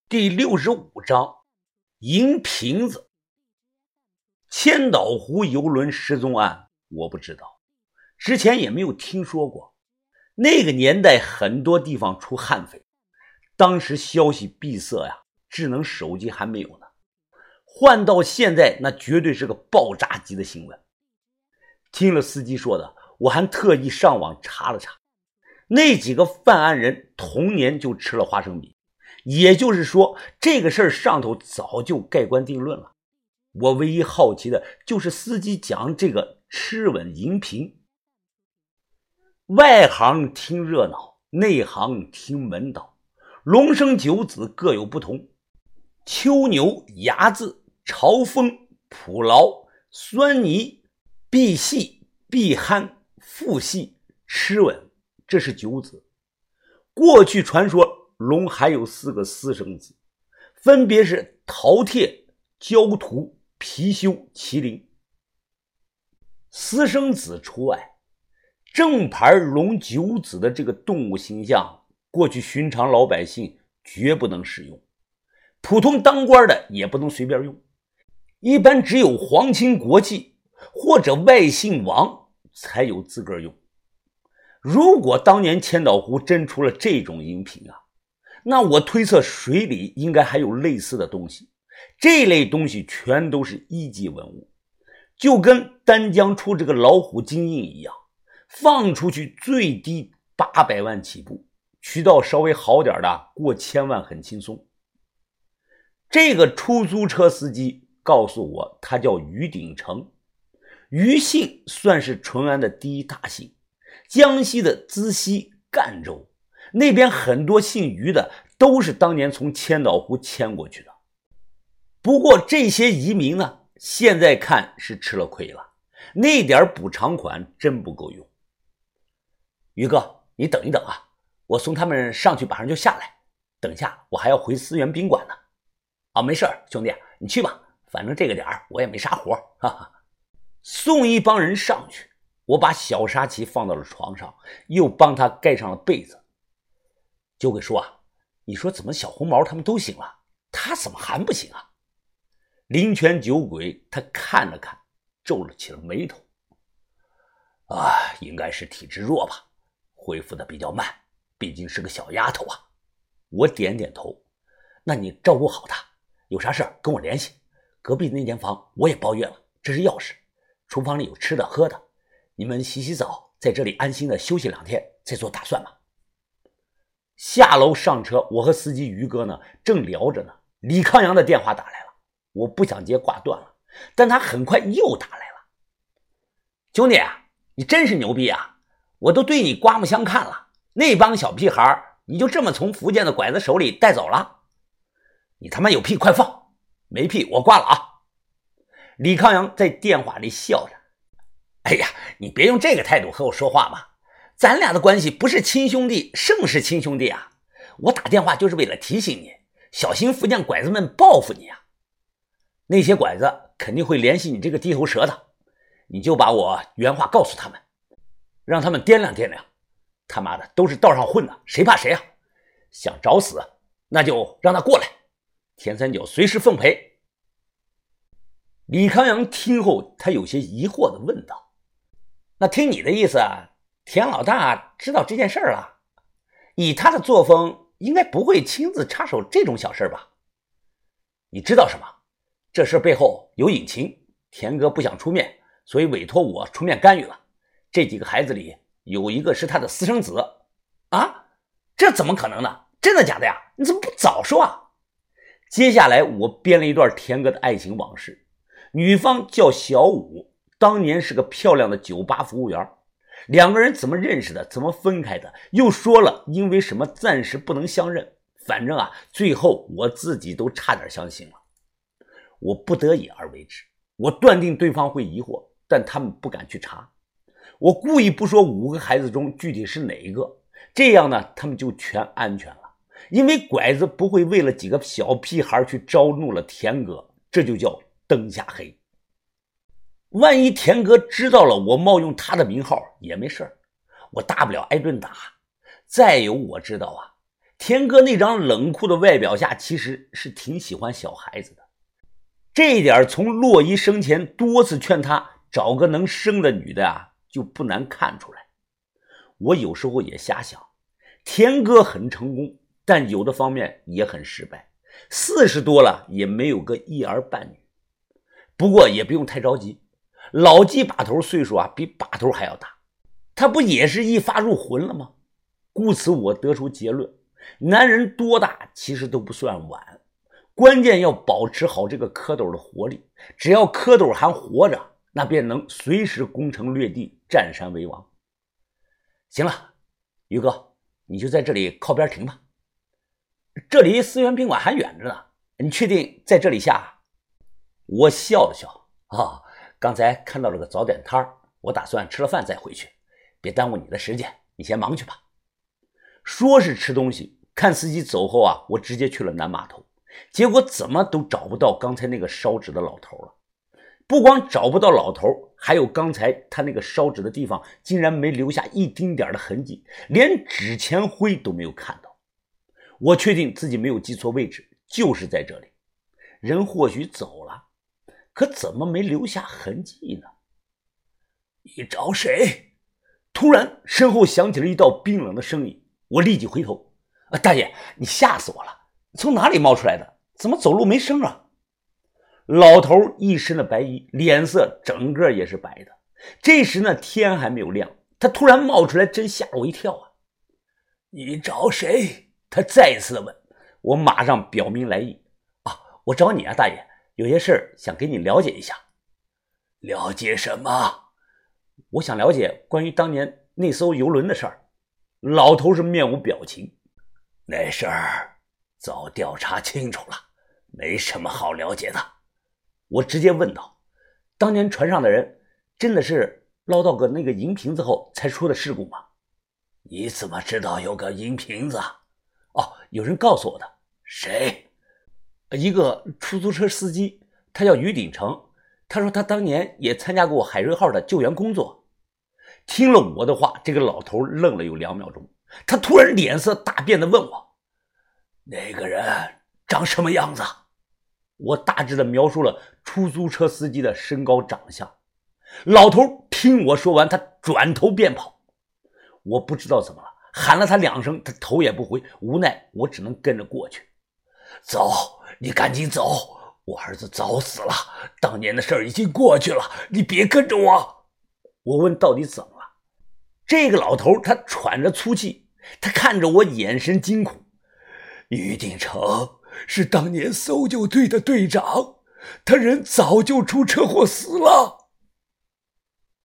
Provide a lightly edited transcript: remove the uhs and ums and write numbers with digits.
第65章银瓶子。千岛湖游轮失踪案我不知道，之前也没有听说过。那个年代很多地方出悍匪，当时消息闭塞呀，智能手机还没有呢。换到现在那绝对是个爆炸级的新闻。听了司机说的，我还特意上网查了查，那几个犯案人童年就吃了花生米，也就是说这个事儿上头早就盖棺定论了。我唯一好奇的就是司机讲这个吃稳银瓶。外行听热闹，内行听门道，龙生九子各有不同。秋牛、牙子、朝风、蒲劳、酸泥、碧细、碧憨、腹细、吃稳，这是九子。过去传说龙还有4个私生子，分别是饕餮、焦屠、貔貅、麒麟。私生子除外，正牌龙九子的这个动物形象，过去寻常老百姓绝不能使用，普通当官的也不能随便用，一般只有皇亲国戚或者外姓王才有资格用。如果当年千岛湖真出了这种银瓶啊，那我推测水里应该还有类似的东西，这类东西全都是一级文物，就跟丹江出这个老虎金印一样，放出去最低800万起步，渠道稍微好点的过1000万很轻松。这个出租车司机告诉我他叫于鼎成，于姓算是淳安的第一大姓，江西的资溪、赣州那边很多姓于的都是当年从千岛湖迁过去的。不过这些移民呢，现在看是吃了亏了，那点补偿款真不够用。于哥，你等一等啊，我送他们上去马上就下来，等一下我还要回思源宾馆呢。没事兄弟，你去吧，反正这个点我也没啥活，哈哈。送一帮人上去，我把小沙琪放到了床上，又帮他盖上了被子。酒鬼叔啊，你说怎么小红毛他们都醒了，他怎么还不醒啊？林泉酒鬼他看了看，皱了起了眉头。应该是体质弱吧，恢复的比较慢，毕竟是个小丫头啊。我点点头。那你照顾好她，有啥事跟我联系。隔壁那间房我也包月了，这是钥匙，厨房里有吃的喝的，你们洗洗澡，在这里安心的休息2天再做打算吧。下楼上车，我和司机于哥呢正聊着呢，李康阳的电话打来了，我不想接挂断了，但他很快又打来了。兄弟啊，你真是牛逼啊，我都对你刮目相看了，那帮小屁孩你就这么从福建的拐子手里带走了？你他妈有屁快放，没屁我挂了啊。李康阳在电话里笑着，哎呀，你别用这个态度和我说话嘛，咱俩的关系不是亲兄弟胜是亲兄弟啊，我打电话就是为了提醒你，小心福建拐子们报复你啊。那些拐子肯定会联系你这个低头蛇的，你就把我原话告诉他们，让他们掂量掂量，他妈的都是道上混的，谁怕谁啊？想找死那就让他过来，田三角随时奉陪。李康阳听后他有些疑惑地问道，那听你的意思啊，田老大知道这件事了，以他的作风应该不会亲自插手这种小事吧？你知道什么？这事背后有隐情，田哥不想出面，所以委托我出面干预了。这几个孩子里有一个是他的私生子啊？这怎么可能呢？真的假的呀？你怎么不早说啊？接下来我编了一段田哥的爱情往事。女方叫小武，当年是个漂亮的酒吧服务员，两个人怎么认识的，怎么分开的，又说了因为什么暂时不能相认，反正最后我自己都差点相信了。我不得已而为之，我断定对方会疑惑，但他们不敢去查。我故意不说5个孩子中具体是哪一个，这样呢他们就全安全了，因为拐子不会为了几个小屁孩去招怒了田哥，这就叫灯下黑。万一田哥知道了我冒用他的名号也没事，我大不了挨顿打。再有我知道田哥那张冷酷的外表下其实是挺喜欢小孩子的，这一点从洛伊生前多次劝他找个能生的女的啊，就不难看出来。我有时候也瞎想，田哥很成功，但有的方面也很失败，40多了也没有个一儿半女。不过也不用太着急，老纪把头岁数啊比把头还要大，他不也是一发入魂了吗？故此我得出结论，男人多大其实都不算晚，关键要保持好这个蝌蚪的活力，只要蝌蚪还活着，那便能随时攻城略地，占山为王。行了，于哥，你就在这里靠边停吧，这离思源宾馆还远着呢，你确定在这里下？我笑了笑，刚才看到了个早点摊，我打算吃了饭再回去，别耽误你的时间，你先忙去吧。说是吃东西，看司机走后啊，我直接去了南码头，结果怎么都找不到刚才那个烧纸的老头了。不光找不到老头，还有刚才他那个烧纸的地方竟然没留下一丁点的痕迹，连纸钱灰都没有看到。我确定自己没有记错位置，就是在这里。人或许走了，可怎么没留下痕迹呢？你找谁？突然身后响起了一道冰冷的声音，我立即回头。大爷，你吓死我了，从哪里冒出来的？怎么走路没声啊？老头一身的白衣，脸色整个也是白的。这时呢，天还没有亮，他突然冒出来，真吓我一跳啊！你找谁？他再一次的问。我马上表明来意。我找你啊，大爷，有些事想跟你了解一下。了解什么？我想了解关于当年那艘游轮的事儿。老头是面无表情。那事儿早调查清楚了，没什么好了解的。我直接问道，当年船上的人真的是捞到个那个银瓶子后才出的事故吗？你怎么知道有个银瓶子？有人告诉我的。谁？一个出租车司机，他叫于鼎成，他说他当年也参加过海瑞号的救援工作。听了我的话，这个老头愣了有2秒钟，他突然脸色大变地问我，那个人长什么样子？我大致地描述了出租车司机的身高长相。老头听我说完，他转头便跑。我不知道怎么了，喊了他2声，他头也不回，无奈我只能跟着过去。走，你赶紧走，我儿子早死了，当年的事儿已经过去了，你别跟着我。我问到底怎么了？这个老头他喘着粗气，他看着我眼神惊恐。于鼎成是当年搜救队的队长，他人早就出车祸死了。